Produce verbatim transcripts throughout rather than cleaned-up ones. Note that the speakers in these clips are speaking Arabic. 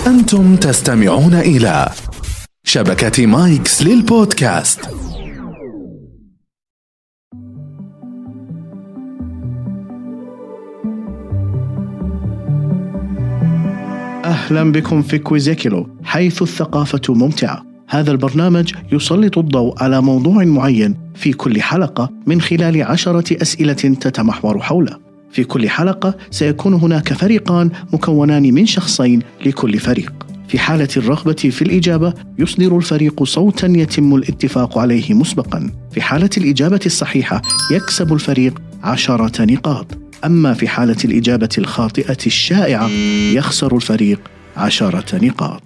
أنتم تستمعون إلى شبكة مايكس للبودكاست. أهلا بكم في كويزيكيلو، حيث الثقافة ممتعة. هذا البرنامج يسلط الضوء على موضوع معين في كل حلقة من خلال عشرة أسئلة تتمحور حوله. في كل حلقة سيكون هناك فريقان مكونان من شخصين لكل فريق. في حالة الرغبة في الإجابة يصدر الفريق صوتا يتم الاتفاق عليه مسبقا. في حالة الإجابة الصحيحة يكسب الفريق عشرة نقاط. أما في حالة الإجابة الخاطئة الشائعة يخسر الفريق عشرة نقاط.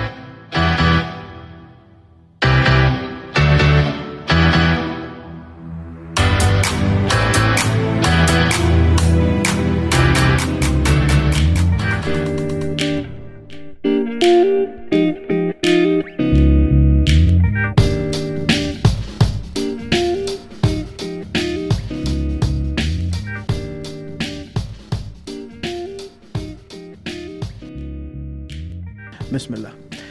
بسم الله.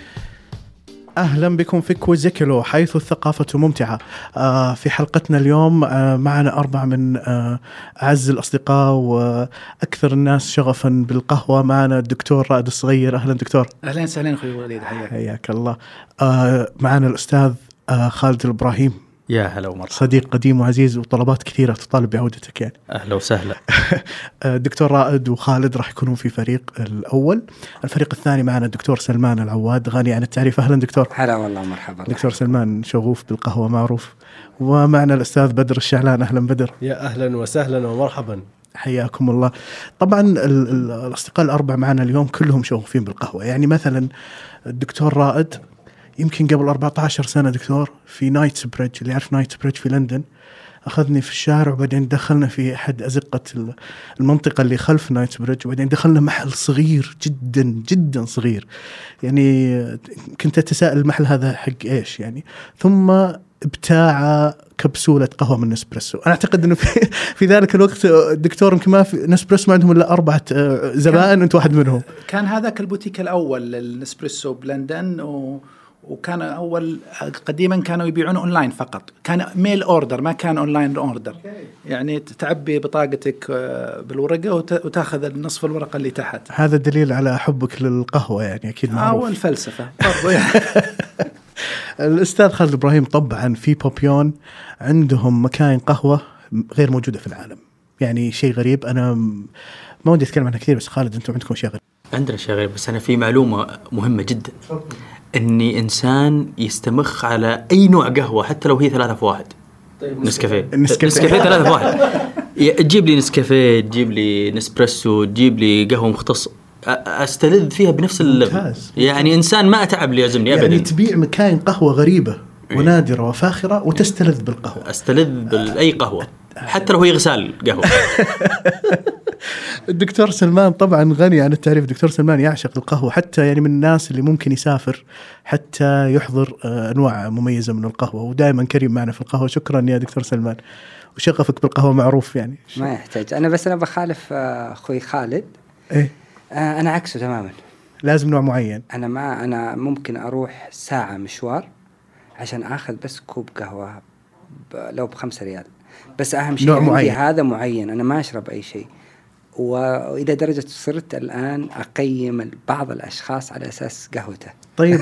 أهلا بكم في كويزيكيلو، حيث الثقافة ممتعة. آه في حلقتنا اليوم آه معنا أربعة من آه أعز الأصدقاء وأكثر الناس شغفا بالقهوة. معنا الدكتور رائد الصغير. أهلا دكتور. أهلا وسهلا أخوي وليد، حياك حياك الله. آه معنا الأستاذ آه خالد الإبراهيم. يا هلا ومرحبا. صديق قديم وعزيز وطلبات كثيرة تطالب بعودتك يعني. أهلا وسهلا. الدكتور رائد وخالد راح يكونوا في فريق الأول. الفريق الثاني معنا الدكتور سلمان العواد، غني عن التعريف. أهلا دكتور. هلا والله مرحبا. دكتور سلمان شغوف بالقهوة معروف. ومعنا الأستاذ بدر الشعلان. أهلا بدر. يا أهلا وسهلا ومرحبا. حياكم الله. طبعا ال- ال- الأصدقاء الأربع معنا اليوم كلهم شغوفين بالقهوة. يعني مثلا الدكتور رائد يمكن قبل أربعة عشر سنة دكتور في نايت بريدج، اللي يعرف نايت بريدج في لندن، أخذني في الشارع وبعدين دخلنا في أحد أزقة المنطقة اللي خلف نايت بريدج، وبعدين دخلنا محل صغير جدا جدا صغير. يعني كنت أتساءل المحل هذا حق إيش يعني، ثم ابتاع كبسولة قهوة من نسبريسو. أنا أعتقد أنه في, في ذلك الوقت الدكتور يمكن ما في نسبريسو ما عندهم إلا أربعة زبائن، أنت واحد منهم. كان هذاك البوتيك الأول للنسبريسو بلندن، و وكان أول قديما كانوا يبيعون أونلاين فقط، كان ميل أوردر ما كان أونلاين أوردر. يعني تعبي بطاقتك بالورقة وتأخذ النصف الورقة اللي تحت. هذا دليل على حبك للقهوة يعني، أكيد معروف. أول فلسفة برضو يعني. الأستاذ خالد إبراهيم طبعا في بوبيون عندهم مكان قهوة غير موجودة في العالم، يعني شيء غريب. أنا ما ودي أتكلم عنها كثير، بس خالد أنتم عندكم شيء غريب. عندنا شيء غريب، بس أنا في معلومة مهمة جدا، إني إنسان يستمخ على أي نوع قهوة حتى لو هي ثلاثة في واحد. طيب نسكافيه نسكافيه ثلاثة في واحد. تجيب لي نسكافيه، تجيب لي نسبريسو، تجيب لي قهوة مختص، أستلذ فيها بنفس اللذة. يعني إنسان ما أتعب لي يعزمني أبدا. يعني تبيع مكان قهوة غريبة ونادرة وفاخرة وتستلذ بالقهوة. أستلذ بأي قهوة حتى لو هي غسال قهوة. الدكتور سلمان طبعا غني عن التعريف. الدكتور سلمان يعشق القهوة، حتى يعني من الناس اللي ممكن يسافر حتى يحضر أنواع مميزة من القهوة، ودائما كريم معنا في القهوة. شكرا يا دكتور سلمان، وشغفك بالقهوة معروف يعني. ما يحتاج. أنا بس أنا بخالف أخوي خالد. إيه؟ أنا عكسه تماما. لازم نوع معين. أنا ما أنا ممكن أروح ساعة مشوار عشان أخذ بس كوب قهوة لو بخمسة ريال، بس أهم شيء عندي هذا معين. أنا ما أشرب أي شيء، وإلى درجة صرت الآن أقيم بعض الأشخاص على أساس قهوته. طيب.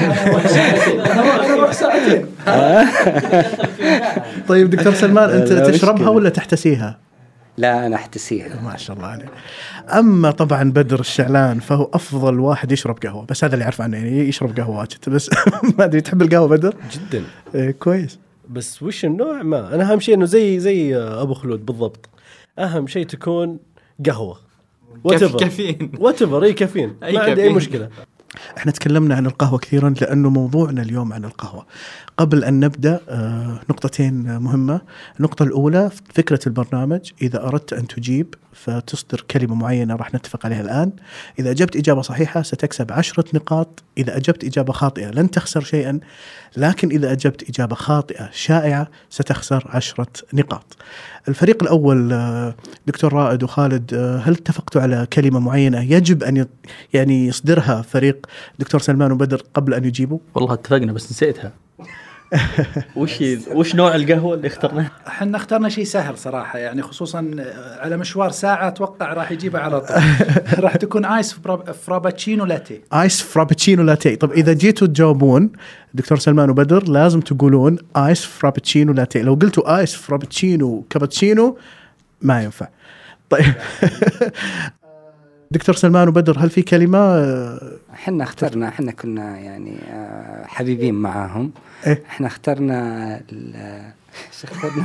طيب دكتور سلمان، أنت تشربها ولا تحتسيها؟ لا أنا أحتسيها. ما شاء الله عليه. أما طبعا بدر الشعلان فهو أفضل واحد يشرب قهوة، بس هذا اللي أعرف عنه يعني، يشرب قهوة بس. ما أدري تحب القهوة بدر؟ جدا. إيه كويس. بس وش النوع؟ ما أنا أهم شيء إنه زي زي أبو خلود بالضبط. أهم شيء تكون قهوة. كافيين. واتفر أي كافيين. ما عندي أي مشكلة. احنا تكلمنا عن القهوة كثيرا لأنه موضوعنا اليوم عن القهوة. قبل أن نبدأ آه نقطتين مهمة. النقطة الأولى، فكرة البرنامج، إذا أردت أن تجيب فتصدر كلمة معينة راح نتفق عليها الآن. إذا أجبت إجابة صحيحة ستكسب عشرة نقاط إذا أجبت إجابة خاطئة لن تخسر شيئا، لكن إذا أجبت إجابة خاطئة شائعة ستخسر عشرة نقاط. الفريق الأول دكتور رائد وخالد، هل اتفقتوا على كلمة معينة يجب أن يعني يصدرها فريق دكتور سلمان وبدر قبل أن يجيبوا؟ والله اتفقنا بس نسيتها. وش وش نوع القهوة اللي اخترناه؟ احنا اخترنا شيء سهل صراحة، يعني خصوصا على مشوار ساعة اتوقع راح يجيبها على طول. راح تكون ايس فرابتشينو لاتيه. ايس فرابتشينو لاتيه. طب اذا جيتوا تجاوبون دكتور سلمان وبدر لازم تقولون ايس فرابتشينو لاتيه. لو قلتوا ايس فرابتشينو كابتشينو ما ينفع. طيب دكتور سلمان وبدر، هل في كلمة؟ احنا اخترنا، احنا كنا يعني حبيبين معاهم. إيه؟ احنا اخترنا شو اخترنا؟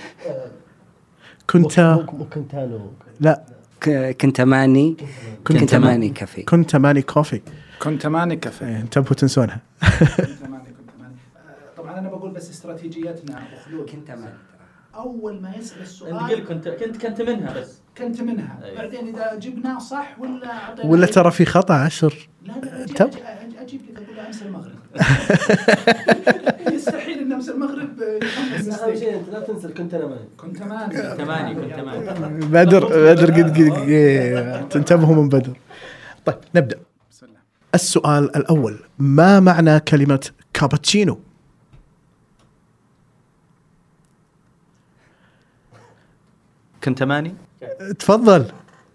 كنت كنتانو لا كنتماني كنتماني كافي. كنتماني كوفي. كنتماني كافي. إيه، انتبهوا تنسونها. طبعا انا بقول بس استراتيجيتنا ابو خلود. كنتماني اول ما يسأل السؤال انت قلت كنت كنت كنت منها بس كنت منها. أيوة. بعدين اذا جبناه صح ولا ولا ترى في خطأ عشر. لا لا تب... اجيب لك اقول امس المغرب. يستحيل ان امس المغرب يخلص. اهم شيء انت لا تنسى كنت انا ماني كنت ماني كنت ماني كنت ماني بدر بدر قد قد تنتبهوا من بدر. طيب نبدأ. السؤال الأول، ما معنى كلمة كابتشينو؟ كنت ماني. تفضل.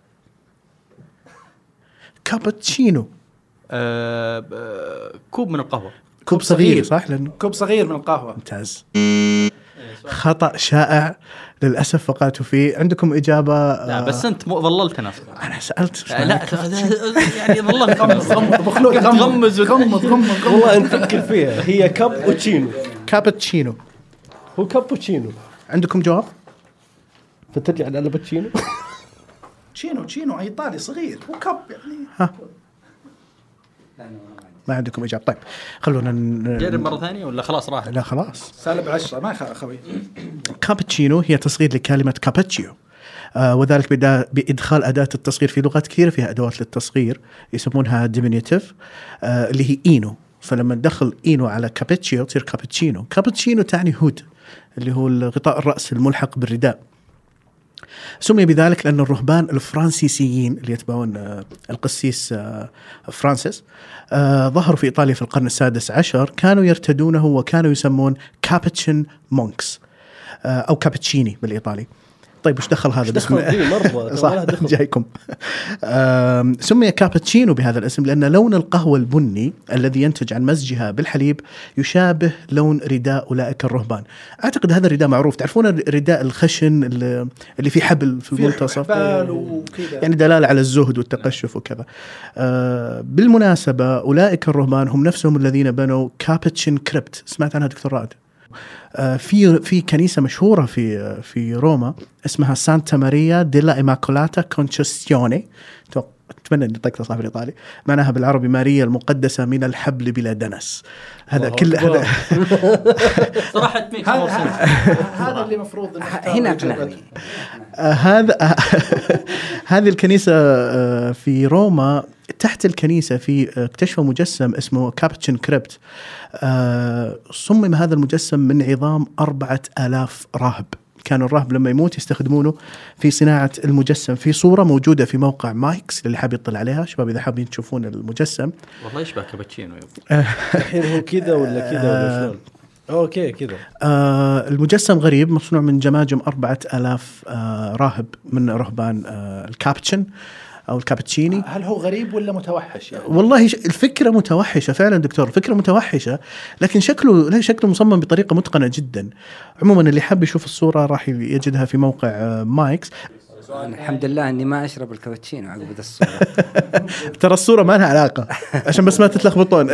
كابتشينو أه كوب من القهوة. كوب صغير صح؟ لأنه كوب صغير من القهوة. ممتاز. خطأ شائع للأسف فقعتوا فيه. عندكم إجابة؟ لا بس أنت ظللتنا. أنا سألت. لا يعني ظللت. غمض غمض غمض غمض غمض. والله أنت فكر فيها، هي كابوتشينو. كابتشينو هو كابوتشينو. عندكم جواب؟ فترجع على الباتشينو. تشينو تشينو ايطالي صغير وكب يعني. ها ما عندكم إجابة. طيب خلونا نجرب مرة ثانية ولا خلاص راح؟ لا خلاص. سالب عشرة ما خوي. كابتشينو هي تصغير لكلمة كابتشيو، آه وذلك بإدخال أداة التصغير. في لغات كثيرة فيها أدوات للتصغير يسمونها ديمينيتيف، آه اللي هي إينو. فلما ندخل إينو على كابتشيو تصير كابتشينو. كابتشينو تعني هود اللي هو غطاء الرأس الملحق بالرداء. سمي بذلك لأن الرهبان الفرنسيسيين اللي يتبعون القسيس فرانسيس ظهروا في إيطاليا في القرن السادس عشر، كانوا يرتدونه وكانوا يسمون كابتشين مونكس أو كابتشيني بالإيطالي. طيب وش دخل هذا باسم؟ صح جايكم. سمي كابتشينو بهذا الاسم لأن لون القهوة البني الذي ينتج عن مزجها بالحليب يشابه لون رداء أولئك الرهبان. أعتقد هذا الرداء معروف، تعرفون الرداء الخشن اللي فيه حبل في المنتصف، يعني دلالة على الزهد والتقشف وكذا. بالمناسبة أولئك الرهبان هم نفسهم الذين بنوا كابتشين كريبت. سمعت عنها دكتور رائد؟ في في كنيسة مشهورة في في روما اسمها سانتا ماريا ديلا إيماكولاتا كونشيسيوني. أتمنى أن نطقتها صح بالإيطالي. معناها بالعربي ماريا المقدسة من الحبل بلا دنس. هذا كل هذا صراحة هذا اللي مفروض هنا قنعني. هذا هذه الكنيسة في روما. تحت الكنيسة في اكتشفوا مجسم اسمه كابتشين كريبت. صمم هذا المجسم من عظام أربعة آلاف راهب. كانوا الراهب لما يموت يستخدمونه في صناعة المجسم. في صورة موجودة في موقع مايكس اللي حاب يطلع عليها شباب إذا حابين تشوفون المجسم. والله يشبه كابتشينو الحين هو كذا ولا كذا ولا شلون؟ أوكي كذا. آه المجسم غريب مصنوع من جماجم أربعة آلاف آه راهب من رهبان آه الكابتشين أو الكابتشيني. هل هو غريب ولا متوحش يعني؟ والله الفكرة متوحشة فعلا دكتور، فكرة متوحشة، لكن شكله لا شكله مصمم بطريقة متقنة جدا. عموما اللي حاب يشوف الصورة راح يجدها في موقع مايكس. الحمد لله اني ما اشرب الكابتشينو عقب ذا الصورة. ترى الصورة ما لها علاقة عشان بس ما تتلخبطون.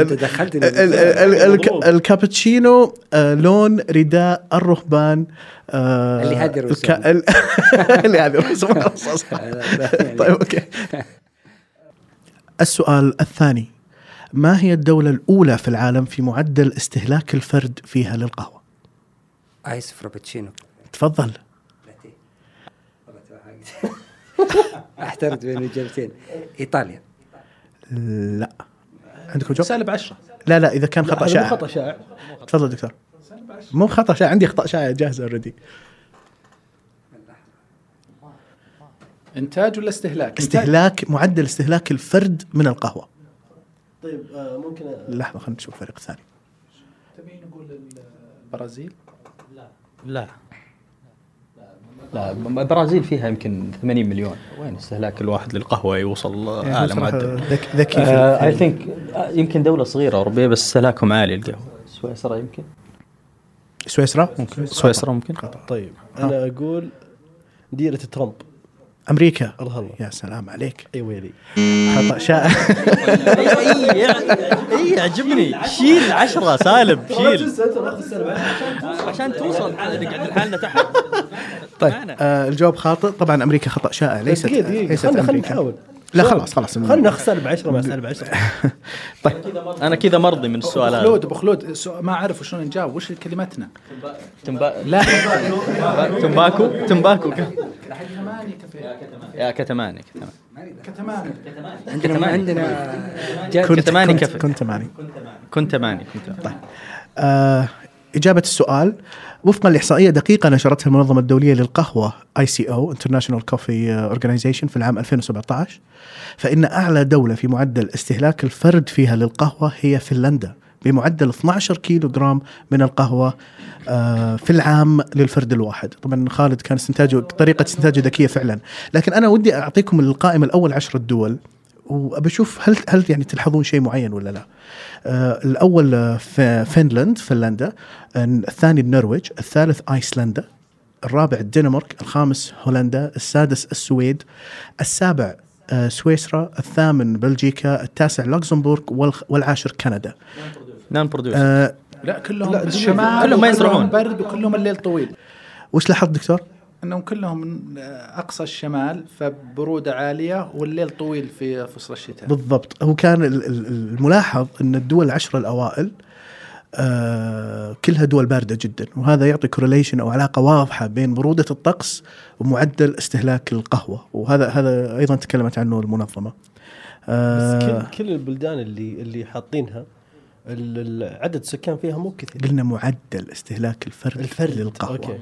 الكابتشينو لون رداء الرهبان اللي هذه الرسوم اللي هذه الرسوم. طيب اوكي. السؤال الثاني، ما هي الدولة الأولى في العالم في معدل استهلاك الفرد فيها للقهوة؟ آيس فرابتشينو. تفضل. احترت بين إجابتين. إيطاليا. لا عندكم جواب؟ سالب عشرة. لا لا إذا كان خطأ شائع. خطأ شائع. تفضل دكتور. مو خطأ شائع، عندي خطأ شائع جاهز أوريدي. إنتاج ولا استهلاك؟ استهلاك، معدل استهلاك الفرد من القهوة. طيب آه ممكن لحظة خلينا نشوف الفريق الثاني. تبين نقول البرازيل؟ لا لا لا البرازيل فيها يمكن ثمانين مليون. وين استهلاك الواحد للقهوة يوصل أعلى معدل؟ ذكي. اي ثينك يمكن دولة صغيرة أوروبية بس استهلاكهم عالي القهوة. سويسرا يمكن. سويسرا ممكن. سويسرا ممكن. طيب أنا أقول ديرة ترامب. أمريكا. الله الله. يا سلام عليك. أي ويلي. خطأ شائع. اي عجبني. شيل عشرة سالب شيل عشان توصل نقعد لحالنا تحت. طيب آه الجواب خاطئ طبعا. أمريكا خطأ شائع. ليست ليست خلنا أمريكا. نحاول. لا خلاص خلاص خلنا نخسر بعشرة مع سالب عشرة. طيب أنا كذا مرضي من السؤال هذا. بخلود بخلود ما أعرف شلون نجاوب. وش كلمتنا؟ تنبا... لا تنباكو تنباكو كتماني كفي. يا كتماني كتماني عندنا عندنا كنت كتماني كنت كفي. كنت ماني. كنت ماني كنت. طيب آه إجابة السؤال وفقا لإحصائية دقيقة نشرتها المنظمة الدولية للقهوة آي سي أو International Coffee Organization في العام ألفين وسبعة عشر، فإن أعلى دولة في معدل استهلاك الفرد فيها للقهوة هي فنلندا بمعدل اثنا عشر كيلو جرام من القهوة في العام للفرد الواحد. طبعا خالد كان استنتاجه طريقة استنتاجه ذكية فعلا، لكن أنا ودي أعطيكم القائمة الأول عشرة دول وأبشوف هل هل يعني تلحظون شيء معين ولا لا. آه الأول في فنلند فنلندا، الثاني النرويج، الثالث آيسلندا، الرابع الدنمارك، الخامس هولندا، السادس السويد، السابع آه سويسرا، الثامن بلجيكا، التاسع لوكسمبورغ، والعاشر كندا. نان برودوسر. آه لا كلهم لا الشمال كلهم ما يزرعون برد وكلهم الليل طويل. وش لاحظت دكتور؟ انهم كلهم من اقصى الشمال فبروده عاليه والليل طويل في فصل الشتاء. بالضبط. هو كان الملاحظ ان الدول العشر الاوائل آه كلها دول بارده جدا، وهذا يعطي كورليشن او علاقه واضحه بين بروده الطقس ومعدل استهلاك القهوه، وهذا هذا ايضا تكلمت عنه المنظمه. آه بس كل كل البلدان اللي اللي حاطينها عدد السكان فيها مو كثير. قلنا معدل استهلاك الفرد, الفرد للقهوه. أوكي.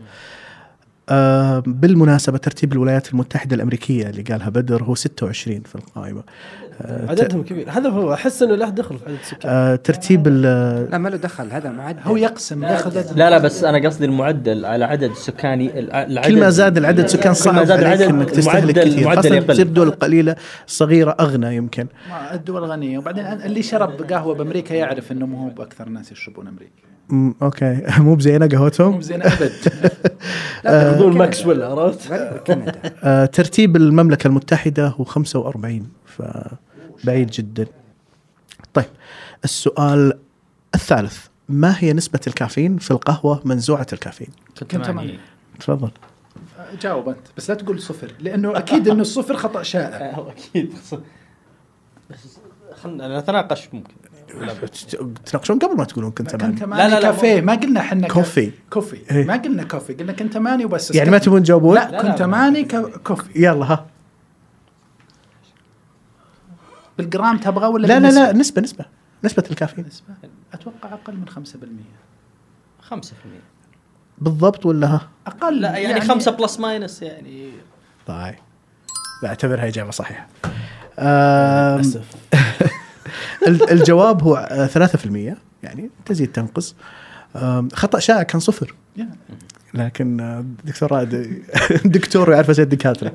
آه بالمناسبة ترتيب الولايات المتحدة الأمريكية اللي قالها بدر هو ستة وعشرين في القائمة. آه عددهم كبير. هذا هو أحس إنه له دخل في عدد السكان. آه ترتيب لا ما له دخل، هذا معدل هو يقسم ياخذ. لا لا بس أنا قصدي المعدل على عدد السكاني. العدد كل ما زاد العدد سكان صعب عليك إنك تستهلك كثير، خاصة تصير دول قليلة صغيرة أغنى يمكن. الدول غنية. وبعدين اللي شرب قهوة بأمريكا يعرف إنه مو بأكثر الناس يشربون أمريكا. مم اوكي مو بزينه قهوتهم، مو بزينه ابد. ياخذون ماكسويل عرفت. آه ترتيب المملكه المتحده هو خمسة وأربعين، فبعيد جدا. طيب السؤال الثالث، ما هي نسبه الكافيين في القهوه منزوعه الكافيين؟ كنت ماني. تفضل جاوب انت بس لا تقول صفر لانه اكيد انه الصفر خطا شائع. اكيد بس خلينا نتناقش. ممكن تناقشون قبل ما تقولون كنت ماني. لا لا كافيه ما قلنا احنا كوفي كوفي إيه؟ ما قلنا كوفي، قلنا كنت ماني وبس. يعني ما تبون تجاوبون؟ لا كنت ماني كوفي. يلا ها بالجرام تبغى ولا لا لا لا نسبة نسبة نسبة الكافيين. نسبة أتوقع أقل من خمسة بالمية. خمسة بالمية بالضبط ولا ها؟ أقل لا يعني, يعني خمسة بلس ماينس يعني. طيب بعتبرها إجابة صحيحة. للأسف. الجواب هو ثلاثة في المية، يعني تزيد تنقص. خطأ شائع كان صفر، لكن دكتور رائد دكتور يعرف أسئلة الدكاترة.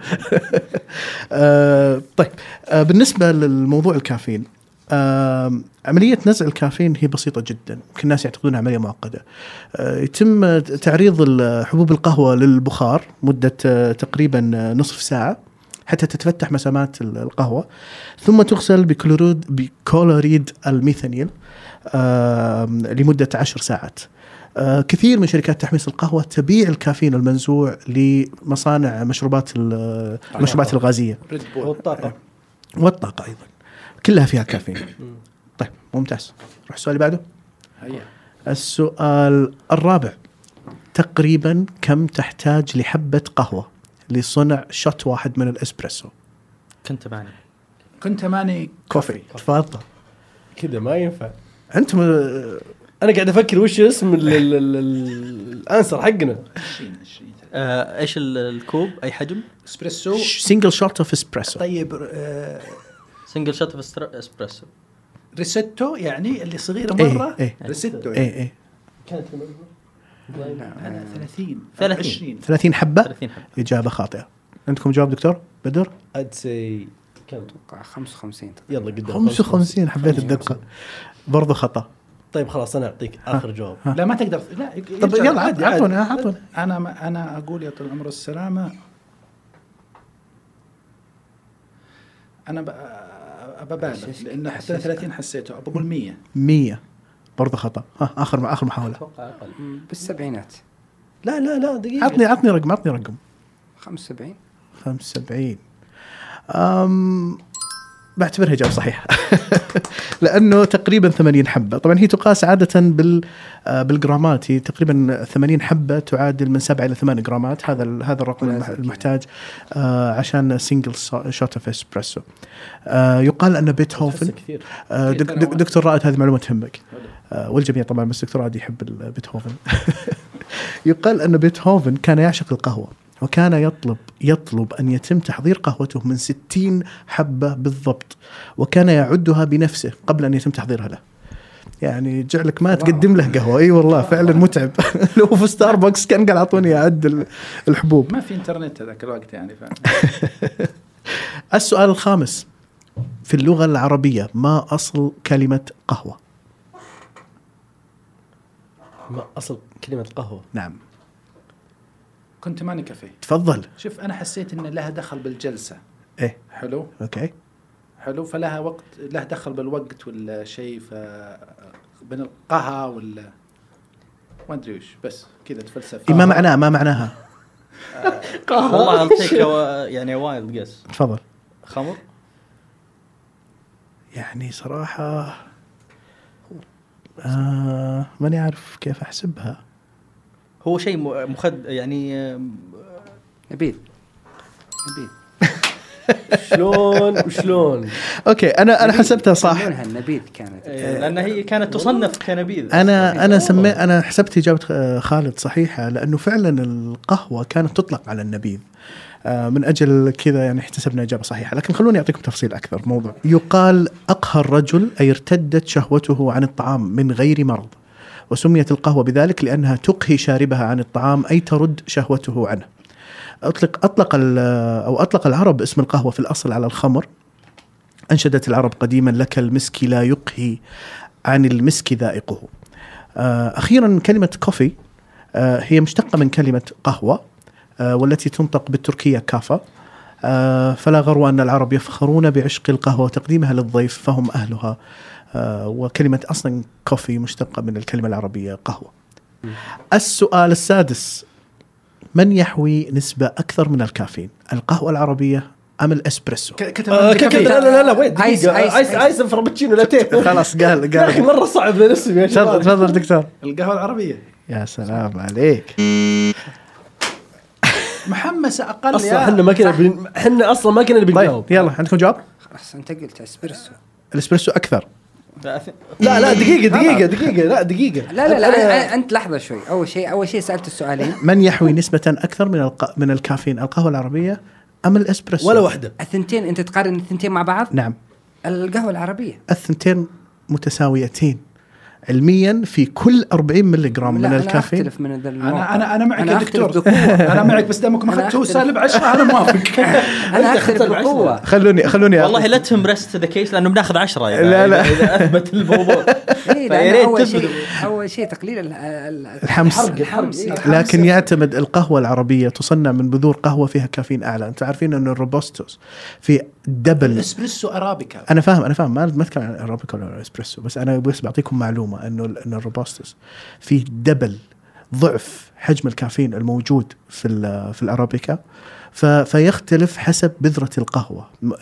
طيب بالنسبة للموضوع الكافيين، عملية نزع الكافيين هي بسيطة جدا، يمكن الناس يعتقدون عملية معقدة. يتم تعريض حبوب القهوة للبخار مدة تقريبا نصف ساعة حتى تتفتح مسامات القهوة، ثم تغسل بكلوريد بكلوريد الميثانيل لمدة عشر ساعات. كثير من شركات تحميص القهوة تبيع الكافيين المنزوع لمصانع مشروبات المشروبات الغازية والطاقة والطاقة أيضا، كلها فيها كافيين. طيب ممتاز، نروح السؤال اللي بعده. هيا. السؤال الرابع، تقريبا كم تحتاج لحبة قهوة لصنع شوت واحد من الإسبريسو؟ كنت ماني كنت ماني كوفي. تفضل. كذا ما ينفع. انتم انا قاعد افكر وش اسم الانسر حقنا. آه ايش الكوب اي حجم؟ اسبريسو سينجل شوت اوف اسبريسو. طيب آه سينجل شوت اوف اسبريسو. ريسيتو يعني اللي صغيره مره. ايه ايه ريسيتو ايه ايه كانت انا ثلاثين ثلاثين ثلاثين حبه. ثلاثين حبه. اجابه خاطئه. عندكم جواب دكتور بدر؟ I'd say كم اتوقع خمسة وخمسين. يلا قدام خمسة وخمسين. حبيت الدقه برضو خطا. طيب خلاص انا اعطيك اخر جواب. لا ما تقدر. لا طب يلا عادي عطوني عطوني. انا ما انا اقول يا طول العمر والسلامه انا ببالغ لانه حتى ثلاثين حسيته بقول مية. مية برضو خطا. ها اخر اخر محاوله. اتوقع اقل. بالسبعينات. لا لا لا دقيقه. عطني عطني رقم عطني رقم. خمسة وسبعين. خمسة وسبعين. أم بعتبرها إجابة صحيحة لأنه تقريبا ثمانين حبة. طبعا هي تقاس عادة بال بالجرامات. هي تقريبا ثمانين حبة تعادل من سبعة إلى ثمان جرامات. هذا هذا الرقم المحتاج آه عشان سينجل شوت اوف اسبريسو. آه يقال أن بيتهوفن آه دكتور رائد هذه معلومة تهمك آه والجميع طبعا بس دكتور رائد يحب بيتهوفن يقال أن بيتهوفن كان يعشق القهوة وكان يطلب يطلب أن يتم تحضير قهوته من ستين حبة بالضبط وكان يعدها بنفسه قبل أن يتم تحضيرها له. يعني جعلك ما تقدم له قهوة. أي والله فعلا متعب. لو في ستاربكس كان قال أعطوني أعد الحبوب. ما في إنترنت هذاك الوقت يعني. السؤال الخامس في اللغة العربية ما أصل كلمة قهوة؟ ما أصل كلمة قهوة؟ نعم. كنت ماني كافيه. تفضل. شوف أنا حسيت إن لها دخل بالجلسة. إيه. حلو. أوكي. حلو فلها وقت لها دخل بالوقت ولا شيء ف بين القهوة ولا ما أدري وش بس كذا تفلسف. إيه ما معناها ما معناها. والله أعطيك يعني وايلد جيس. تفضل. خمر. يعني صراحة آه ماني عارف كيف أحسبها. هو شيء مخد يعني نبيذ. نبيذ. شلون وشلون؟ اوكي انا انا حسبتها صح. النبيذ كانت لان هي كانت تصنف كنبيذ. انا انا سمي انا حسبت اجابه خالد صحيحه لانه فعلا القهوه كانت تطلق على النبيذ من اجل كذا يعني احتسبنا اجابه صحيحه. لكن خلوني اعطيكم تفصيل اكثر. موضوع يقال اقهى الرجل اي ارتدت شهوته عن الطعام من غير مرض وسميت القهوه بذلك لانها تقهي شاربها عن الطعام اي ترد شهوته عنه. أطلق أطلق أو أطلق العرب اسم القهوة في الأصل على الخمر. أنشدت العرب قديما لك المسك لا يقهي عن المسك ذائقه. أخيرا كلمة كوفي هي مشتقة من كلمة قهوة والتي تنطق بالتركية كافا. فلا غرو أن العرب يفخرون بعشق القهوة وتقديمها للضيف فهم أهلها. وكلمة أصلا كوفي مشتقة من الكلمة العربية قهوة. السؤال السادس من يحوي نسبة أكثر من الكافيين القهوة العربية أم الإسبريسو؟ كتب آه لا لا لا وين دقيقة عايز عايز فرابتشينو لاتيه. خلاص قال قال يا أخي مرة صعب الاسم يا شباب. تفضل دكتور. القهوة العربية. يا سلام عليك. محمس أقل. أصلا إحنا ما كنا إحنا أصلا ما كنا بنجاوب. طيب يلا عندكم جواب؟ خلاص أنت قلت إسبريسو. الإسبريسو أكثر. لا لا دقيقة دقيقة دقيقة لا دقيقة. لا لا لا أنت لحظة شوي. أول شيء أول شيء سألت السؤالين. من يحوي نسبة أكثر من الق... من الكافيين القهوة العربية أم الإسبريسو؟ ولا واحدة. الثنتين أنت تقارن الثنتين مع بعض؟ نعم. القهوة العربية. الثنتين متساويتين علميا في كل أربعين ملي جرام من الكافيين. أنا من أنا أنا أنا معك يا دكتور. أنا معك بس دامك ما أخذته سالب عشرة أنا موافق. أنا أختلف بقوة. خلوني خلوني والله لا تهم رست ذا كيس لأنه بناخذ عشرة. لا لا إذا أثبت الموضوع. إيه أول شيء أول شيء تقليل الحمص. الحمص. لكن يعتمد القهوة العربية تصنع من بذور قهوة فيها كافيين أعلى. أنتم عارفين إنه الروبوستوس في دبل. الإسبريسو أرابيكا. أنا فاهم أنا فاهم ما ما أتكلم عن الأرابيكا ولا الإسبريسو بس أنا بس بعطيكم معلومة إنه إنه الروبوستوس فيه دبل ضعف حجم الكافيين الموجود في في الأرابيكا فيختلف حسب بذرة القهوة.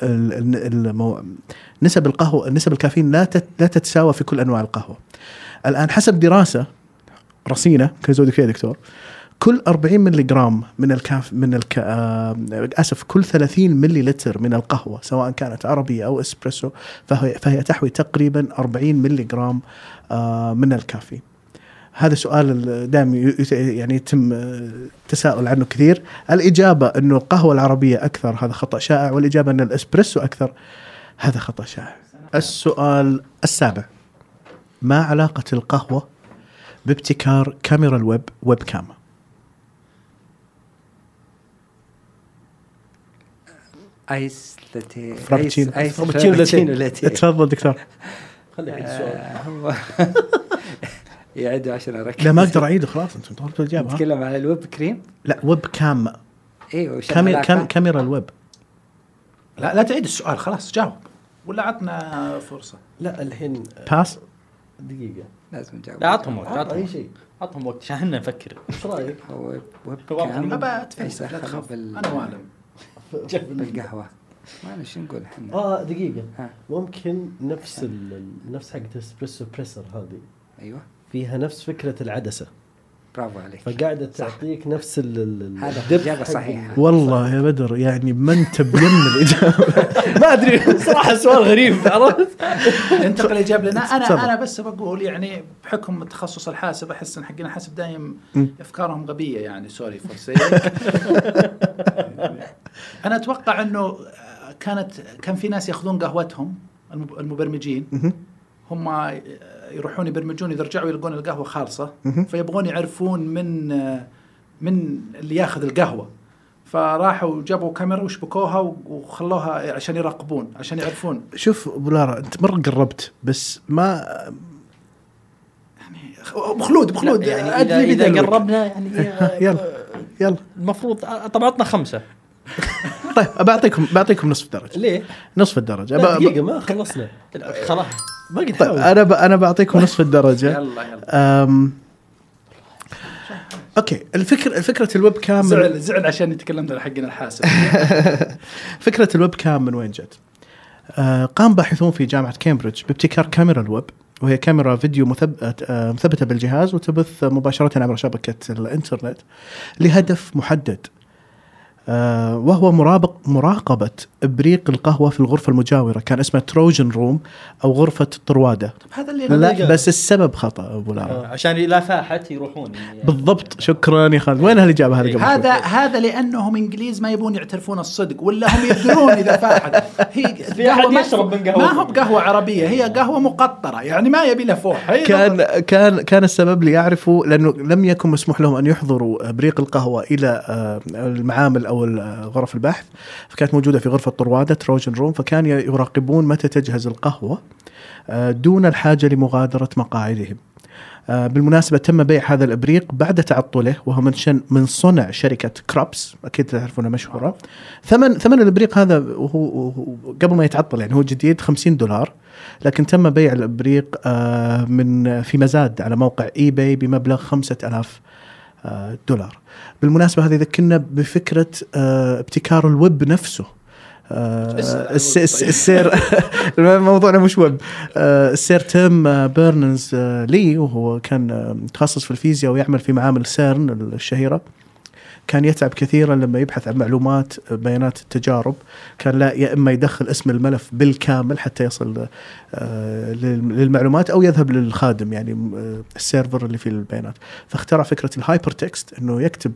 نسب القهوة نسب الكافيين لا لا تتساوى في كل أنواع القهوة. الآن حسب دراسة رصينة كزودك يا دكتور كل أربعين ملي جرام من الكاف من الك آه اسف كل ثلاثين ملي لتر من القهوه سواء كانت عربيه او اسبريسو فهي, فهي تحوي تقريبا أربعين ملي جرام آه من الكافيين. هذا سؤال دائما يعني يتم تساؤل عنه كثير. الإجابة أنه القهوة العربية أكثر، هذا خطأ شائع، والإجابة أن الإسبريسو أكثر، هذا خطأ شائع. السؤال السابع: ما علاقة القهوة بابتكار كاميرا الويب ويب كام؟ آيس لاتيه فرابتشينو فرابتشينو لاتيه. تفضل دكتور. خلي أعيد السؤال. يعيدوا عشان أركز. لا ما أقدر أعيده خلاص، أنتم طلبتوا الإجابة. نتكلم على الويب كريم. لا ويب كام. ايوه كاميرا كام كاميرا الويب. لا لا تعيد السؤال خلاص جاوب ولا عطنا فرصة. لا الحين باس دقيقة لازم نجاوب. لا عطهم وقت، عطهم أي شيء، عطهم وقت عشان احنا نفكر. ايش رايك؟ ويب ويب واضح كام. ما بقى تفلسف لا تخاف أنا معلم. بالقهوة ما نشي نقول احنا. اه دقيقة ها. ممكن نفس ال... نفس حقة اسبريسو بريسر هذه ايوه فيها نفس فكرة العدسة، برافو عليك. فقاعدة تعطيك نفس ال ال هذا الدب إجابة حق- صحيحة. والله يا بدر يعني ما انت بيم الإجابة. ما ادري صراحة سؤال غريب عرفت. انتقل الإجابة لنا. أنا تفضل. أنا بس بقول يعني بحكم تخصص الحاسب أحس إن حقنا حاسب دايم أفكارهم غبية يعني سوري فور سيك. أنا أتوقع إنه كانت كان في ناس يأخذون قهوتهم المب- المبرمجين هم يروحون يبرمجون إذا رجعوا يلقون القهوة خالصة فيبغون يعرفون من من اللي ياخذ القهوة فراحوا جابوا كاميرا وشبكوها وخلوها عشان يراقبون عشان يعرفون. شوف أبو لارا أنت مرة قربت بس ما يعني بخلود بخلود يعني إذا, أدري إذا بدلوك. قربنا يعني يلا يلا المفروض طبعا عطنا خمسة. طيب بعطيكم بعطيكم نصف درجة. ليه؟ نصف الدرجة. لا أب- دقيقة ما خلصنا خلاص باقي طيب تحاول. أنا ب... أنا بعطيكم نصف الدرجة. يلا يلا أم... أوكي الفكرة الفكرة الويب كام من... زعل زعل عشان تكلمنا عن حقنا الحاسب. فكرة الويب كام من وين جت؟ آه قام باحثون في جامعة كامبريدج بابتكار كاميرا الويب، وهي كاميرا فيديو مثبت آه مثبتة بالجهاز وتبث مباشرة عبر شبكة الإنترنت لهدف محدد، آه وهو مرابق مراقبة إبريق القهوة في الغرفة المجاورة، كان اسمه تروجن روم أو غرفة الطروادة. هذا اللي لا بس السبب خطأ أبو لارا. آه، عشان لا فاحت يروحون يعني. بالضبط شكرا يا خالد. وين هالإجابة هذه قبل شوي؟ هذا هذا لأنهم إنجليز ما يبون يعترفون الصدق ولا هم يقدرون إذا فاحت. هي في أحد قهوة ما- يشرب من قهوة. ما هو بقهوة عربية هي قهوة مقطرة يعني ما يبي له فوح. هي كان كان كان السبب ليعرفوا لأنه لم يكن مسموح لهم أن يحضروا بريق القهوة إلى آه، المعامل أو غرف البحث، فكانت موجودة في غرفة طروادة تروجن روم، فكان يراقبون متى تجهز القهوة آه، دون الحاجة لمغادرة مقاعدهم. آه، بالمناسبة تم بيع هذا الإبريق بعد تعطله، وهو من شن من صنع شركة كرابس، أكيد تعرفونها مشهورة. ثمن ثمن الإبريق هذا وهو قبل ما يتعطل يعني هو جديد خمسين دولار، لكن تم بيع الإبريق آه، من في مزاد على موقع إي باي بمبلغ خمسة آلاف آه، دولار. بالمناسبة هذا يذكرنا بفكرة آه، ابتكار الويب نفسه. آه، الس- الس- السير موضوعنا مش ويب. آه، السير تيم آه، بيرنز آه، لي، وهو كان آه، متخصص في الفيزياء ويعمل في معامل سيرن الشهيرة، كان يتعب كثيرا لما يبحث عن معلومات بيانات التجارب، كان لا يا إما يدخل اسم الملف بالكامل حتى يصل آه، للمعلومات أو يذهب للخادم يعني آه، السيرفر اللي فيه البيانات، فاخترع فكرة الهايبر تكست، إنه يكتب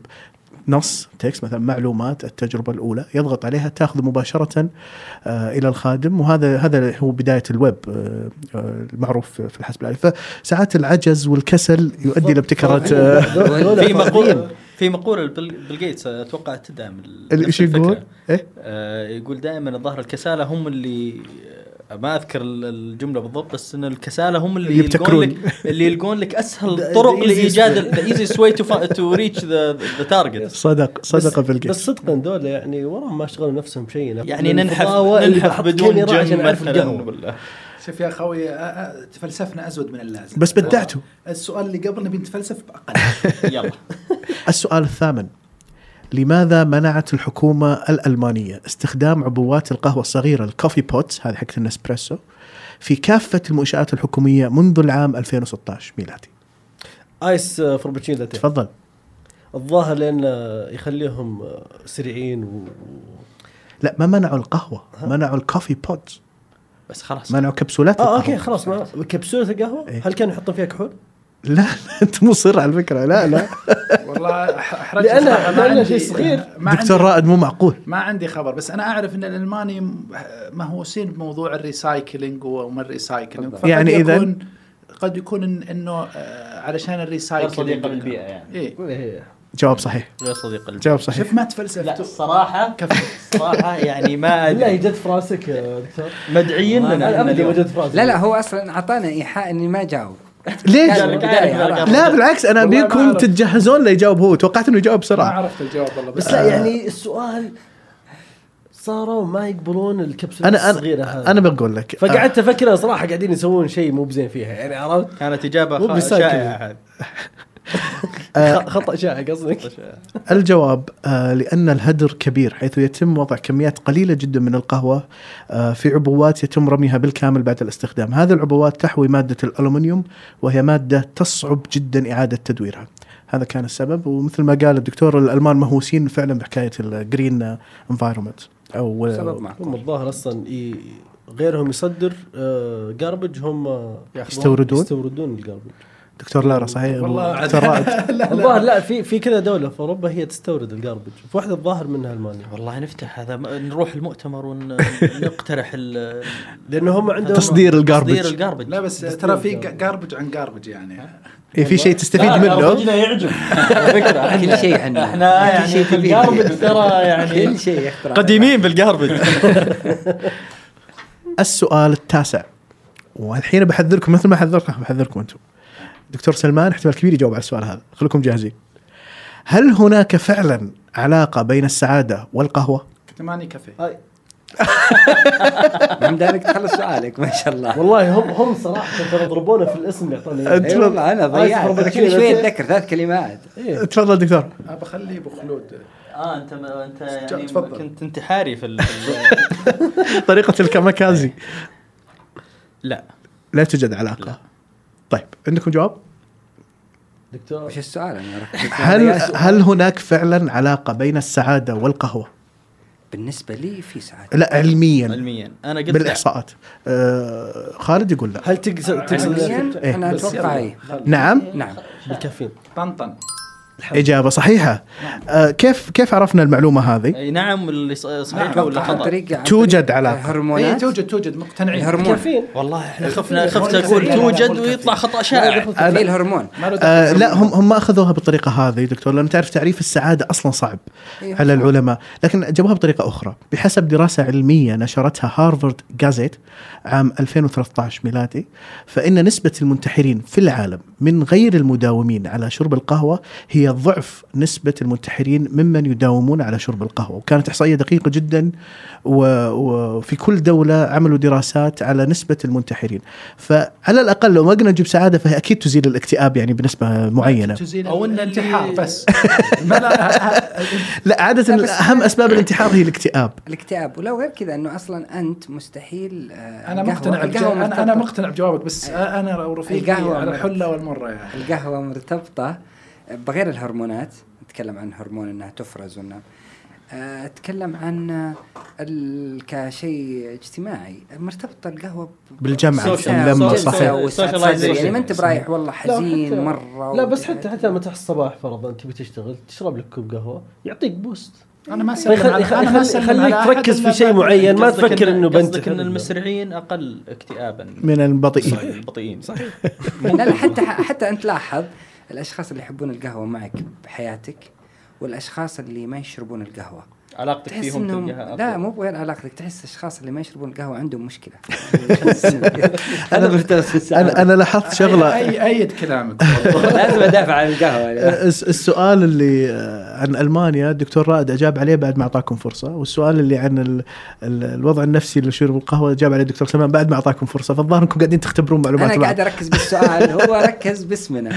نص تكست مثلا معلومات التجربة الأولى يضغط عليها تأخذ مباشرة آه إلى الخادم، وهذا هذا هو بداية الويب آه آه المعروف في الحاسب الآلي. فساعات العجز والكسل يؤدي لابتكارات آه في مقولة في مقولة بيل بيل جيتس اتوقع تدعم ال- ايش نفس يقول؟ الفكرة. إيه؟ آه يقول دائما الظاهر الكسالى هم اللي ما اذكر ال- الجمله بالضبط، بس ان الكسالى هم اللي يبتكرون. يلقون لك اللي يلقون لك اسهل The- طرق the easiest لايجاد the easiest way to fi- to reach the the target. صدق صدق بس, بالجيت. بس صدقا دول يعني وراهم ما اشتغلوا نفسهم شيء، يعني ننحف الفضاوة اللي ننحف بحط بدون كاميرا عشان جم نعرف مثلا القهوة. ولا شوف يا خوي آه، آه، تفلسفنا أزود من اللازم بس بدعته. السؤال اللي قبل نبي نتفلسف بأقل. يلا. السؤال الثامن: لماذا منعت الحكومة الألمانية استخدام عبوات القهوة الصغيرة الكوفي بوتس هذه حقت النسبريسو في كافة المنشآت الحكومية منذ العام ألفين وستة عشر ميلادي؟ ايس فرابتشينو لاتيه. تفضل. الظاهر لأن يخليهم سريعين و... لا ما منعوا القهوة، منعوا الكوفي بودز بس خلاص منعوا كبسولات اه القهوة. اوكي خلاص ما كبسولة القهوة إيه؟ هل كانوا يحطون فيها كحول؟ لا انت مصر على الفكرة. لا لا والله احرجت لأن صراحة، ما لأن عندي- شيء صغير. ما دكتور عندي- رائد مو معقول. ما عندي خبر، بس انا اعرف ان الالماني مهووسين بموضوع الريسايكلينج وما الريسايكلينج. فقد يعني إذن؟ يكون قد يكون إن انه آه، علشان الريسايكلينج صديق للبيئة يعني. إيه. جواب صحيح. يا صديق البيئة. جواب صحيح. شوف ما تفلسف. لا الصراحة الصراحة يعني ما لا أدري جد فراسك يا دكتور. مدعيين لنا أنا أبدي اليوم. وجد فراسك. لا لا هو اصلا اعطانا ايحاء اني ما جاوب. ليش؟ قال بالبداية، عرفت. لا بالعكس انا والله ما ابيكم أعرف. تتجهزون ليجاوب هو. توقعت انه يجاوب ما بسرعه. عرفت الجواب والله. بس لا يعني السؤال صاروا ما يقبلون الكبسولات انا الصغيرة انا هذه. انا بقول لك فقعدت افكر صراحة قاعدين يسوون شيء مو بزين فيها يعني عرفت. كانت إجابة مو خ- بالسايكل. شائعة هذه. خ- خطأ شائع قصدك. الجواب آه لأن الهدر كبير، حيث يتم وضع كميات قليلة جدا من القهوة آه في عبوات يتم رميها بالكامل بعد الاستخدام. هذه العبوات تحوي مادة الألومنيوم، وهي مادة تصعب جدا إعادة تدويرها. هذا كان السبب. ومثل ما قال الدكتور الألمان مهووسين فعلا بحكاية الجرين انفايرمنت أو سبب معقول. هم الظاهر اصلا ي... غيرهم يصدر جاربج هم يستوردون يستوردون الجاربج. دكتور لارا صحيح والله دكتور رائد. الظاهر لا في في كذا دولة في اوروبا هي تستورد الجاربج، في واحدة الظاهر منها المانيا. والله نفتح هذا م- نروح المؤتمر ونقترح ال- لانه هم عندهم تصدير الجاربج. تصدير الجاربج. لا بس ترى في جاربج عن جاربج يعني. إيه في شيء تستفيد منه. جاربجنا يعجب فكرة. كل شيء عندنا احنا كل يعني شيء في تبيه. الجاربج ترى يعني كل شيء يخترع. قديمين بالجاربج. السؤال التاسع، والحين بحذركم مثل ما حذركم بحذركم أنتم. دكتور سلمان احتمال كبير يجاوب على السؤال هذا، خليكم جاهزين. هل هناك فعلا علاقة بين السعادة والقهوة؟ ثمانية كافيه. من ذلك تخلص سؤالك ما شاء الله. والله هم هم صراحة كانوا يضربونه في الاسم اللي اعطوني أنت اي والله انا ضيعت كل شويه اتذكر ثلاث كلمات. تفضل دكتور. ابى اخليه ابو خلود. اه انت ما انت يعني تفضل. كنت انتحاري في ال- في طريقة الكاميكازي. ال- لا لا توجد علاقة. لا. طيب عندكم جواب؟ دكتور وش السؤال انا ركزت. هل هل هناك فعلا علاقة بين السعادة والقهوة؟ بالنسبه لي في سعاده. لا علميا علميا انا قلت بالإحصاءات. آه خالد يقول لا. هل تقصد تقصد علميا إيه. انا بس اتوقع يلا. اي نعم نعم. بالكافيين؟ طنطن. إجابة صحيحة. آه كيف كيف عرفنا المعلومة هذه؟ اي نعم اللي ص- صحيح اتوقع ولا عن خطا. طريق عن توجد طريق علاقة. اي هرمونات. توجد توجد مقتنعين. الهرمون. كافيين. والله احنا خفنا الكافيين. خفت اقول لا، لا، لا، توجد مو ويطلع الكافيين. خطا شائع. في الهرمون. آه لا هم هم ما اخذوها بالطريقه هذه دكتور، لان تعرف تعريف السعاده اصلا صعب إيه. على العلماء، لكن جابوها بطريقه اخرى. بحسب دراسه علميه نشرتها هارفارد جازيت عام ألفين وثلاثة عشر ميلادي، فان نسبه المنتحرين في العالم من غير المداومين على شرب القهوه هي ضعف نسبه المنتحرين ممن يداومون على شرب القهوه. وكانت احصائيه دقيقه جدا، وفي كل دوله عملوا دراسات على نسبه المنتحرين. فعلى الاقل لو ما قلنا نجيب سعاده فهي اكيد تزيل الاكتئاب يعني بنسبه معينه. تزيل أو إن الانتحار اللي- بس. ما لا لا عاده لا، بس- اهم اسباب الانتحار هي الاكتئاب. الاكتئاب. ولو غير كذا انه اصلا انت مستحيل. آه، انا القهوة- مقتنع القهوة بجا... انا انا مرتبطة- مقتنع بجوابك، بس انا ورفيقي القهوة على مرت- الحله والمره يعني. القهوة مرتبطة بغير الهرمونات. نتكلم عن هرمون انها تفرز وانها آه، اتكلم عن آه، ال- كشيء اجتماعي مرتبطة القهوة ب- بالجمع، بالجلسة باللمة، والجلسة صحيح. والسعادة. Socialization. يعني ما انت برايح والله لا، حزين حتى- مرة. لا بس وكذا. حتى حتى لما تصحى الصباح فرضا تبي تشتغل تشرب لك كوب قهوة يعطيك بوست. انا ما سلم فيخلي- على يخلي- انا ما سلم يخليك على أحد تركز إلا في شيء بعد- معين. ما قصدك تفكر إن- إنه قصدك بنتحر. ان المسرعين اقل اكتئابا من البطيئين. البطيئين. صحيح. لا لا حتى حتى انت لاحظ الاشخاص اللي يحبون القهوة معك بحياتك والاشخاص اللي ما يشربون القهوة علاقتك تحس فيهم انهم تلقاها لا أقوى. مو بغير علاقتك. تحس الاشخاص اللي ما يشربون القهوة عندهم مشكلة. انا مرتبط في السعادة. انا انا لاحظت شغله. اي ايد كلامك. لازم ادافع عن القهوة. الس- السؤال اللي آه، عن المانيا الدكتور رائد اجاب عليه بعد ما اعطاكم فرصه، والسؤال اللي عن ال ال الوضع النفسي لشرب القهوه اجاب عليه الدكتور سلمان بعد ما اعطاكم فرصه. فالظاهر انكم قاعدين تختبرون معلومات انا بعض. قاعد اركز بالسؤال هو ركز باسمنا.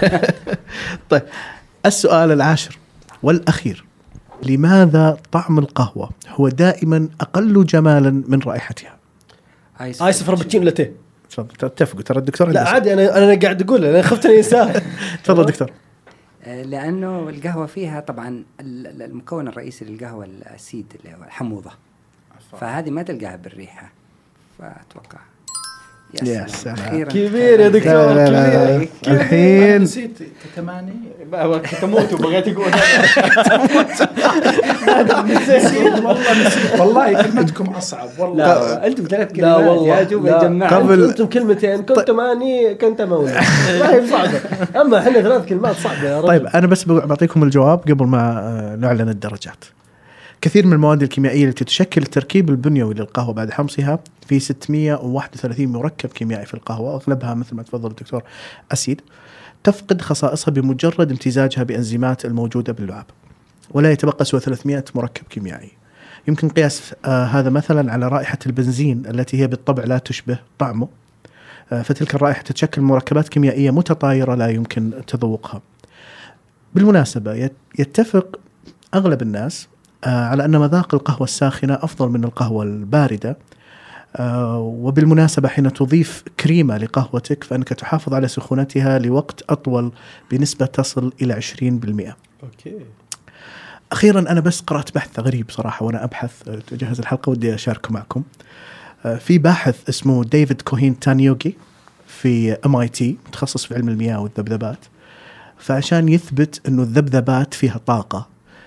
طيب السؤال العاشر والاخير، لماذا طعم القهوه هو دائما اقل جمالا من رائحتها؟ ايس فرابتشينو لاتيه. تفضل اتفقوا ترى الدكتور لا عنده عادي انا انا قاعد اقول انا خفت اني انساه. تفضل دكتور. لأنه القهوة فيها طبعا المكون الرئيسي للقهوة السيد اللي هو الحموضة، فهذه ما تلقاها بالريحة، فأتوقع يا سلام كبير يا دكتور كبير. الحين نسيت كتماني كتموت وبغيت يقول نسيت والله نسيت والله كلمتكم أصعب والله. أنتم ثلاث كلمات يا جوب جماعة، قبل أنتم كلمتين كنت ماني كنت مولى ما هي صعبة، أما إحنا ثلاث كلمات صعبة يا رجل. طيب أنا بس بعطيكم الجواب قبل ما نعلن الدرجات. كثير من المواد الكيميائية التي تشكل التركيب البنيوي للقهوة بعد حمصها في ستمائة وواحد وثلاثين مركب كيميائي في القهوة، أغلبها مثل ما تفضل الدكتور أسيد، تفقد خصائصها بمجرد امتزاجها بأنزيمات الموجودة باللعاب، ولا يتبقى سوى ثلاثمائة مركب كيميائي. يمكن قياس آه هذا مثلا على رائحة البنزين التي هي بالطبع لا تشبه طعمه، آه فتلك الرائحة تتشكل مركبات كيميائية متطايرة لا يمكن تذوقها. بالمناسبة يتفق أغلب الناس آه على أن مذاق القهوة الساخنة أفضل من القهوة الباردة، آه وبالمناسبة حين تضيف كريمة لقهوتك فإنك تحافظ على سخونتها لوقت أطول بنسبة تصل إلى عشرين بالمئة. أوكي. أخيرا أنا بس قرأت بحث غريب صراحة وأنا أبحث تجهز الحلقة ودي أشاركه معكم. آه في باحث اسمه ديفيد كوهين تانيوغي في إم آي تي متخصص في علم المياه والذبذبات، فعشان يثبت أنه الذبذبات فيها طاقة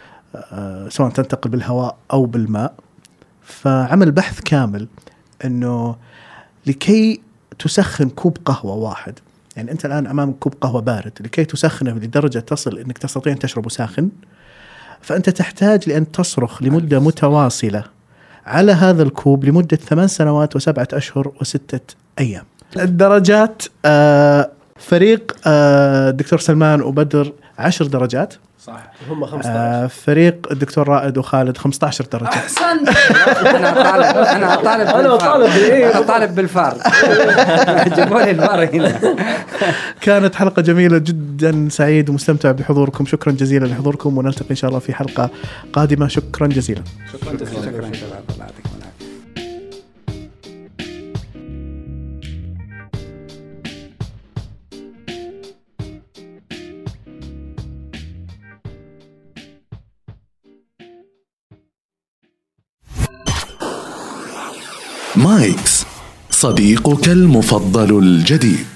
آه سواء تنتقل بالهواء أو بالماء، فعمل بحث كامل أنه لكي تسخن كوب قهوة واحد، يعني أنت الآن أمام كوب قهوة بارد، لكي تسخنه لدرجة تصل أنك تستطيع أن تشربه ساخن، فأنت تحتاج لأن تصرخ لمدة متواصلة على هذا الكوب لمدة ثمان سنوات وسبعة أشهر وستة أيام. الدرجات آه فريق آه دكتور سلمان وبدر عشر درجات، صح هم خمسة عشر. آه فريق الدكتور رائد وخالد خمسة عشر درجة. أحسن. أنا طالب أنا طالب أنا طالب أنا طالب بالفار جابوا لي الفار هنا. كانت حلقة جميلة جدا، سعيد ومستمتع بحضوركم، شكرا جزيلا لحضوركم، ونلتقي إن شاء الله في حلقة قادمة. شكرا جزيلا. شكرا جزيلا. شكرا شباب، الله يعطيكم العافية. مايكس صديقك المفضل الجديد.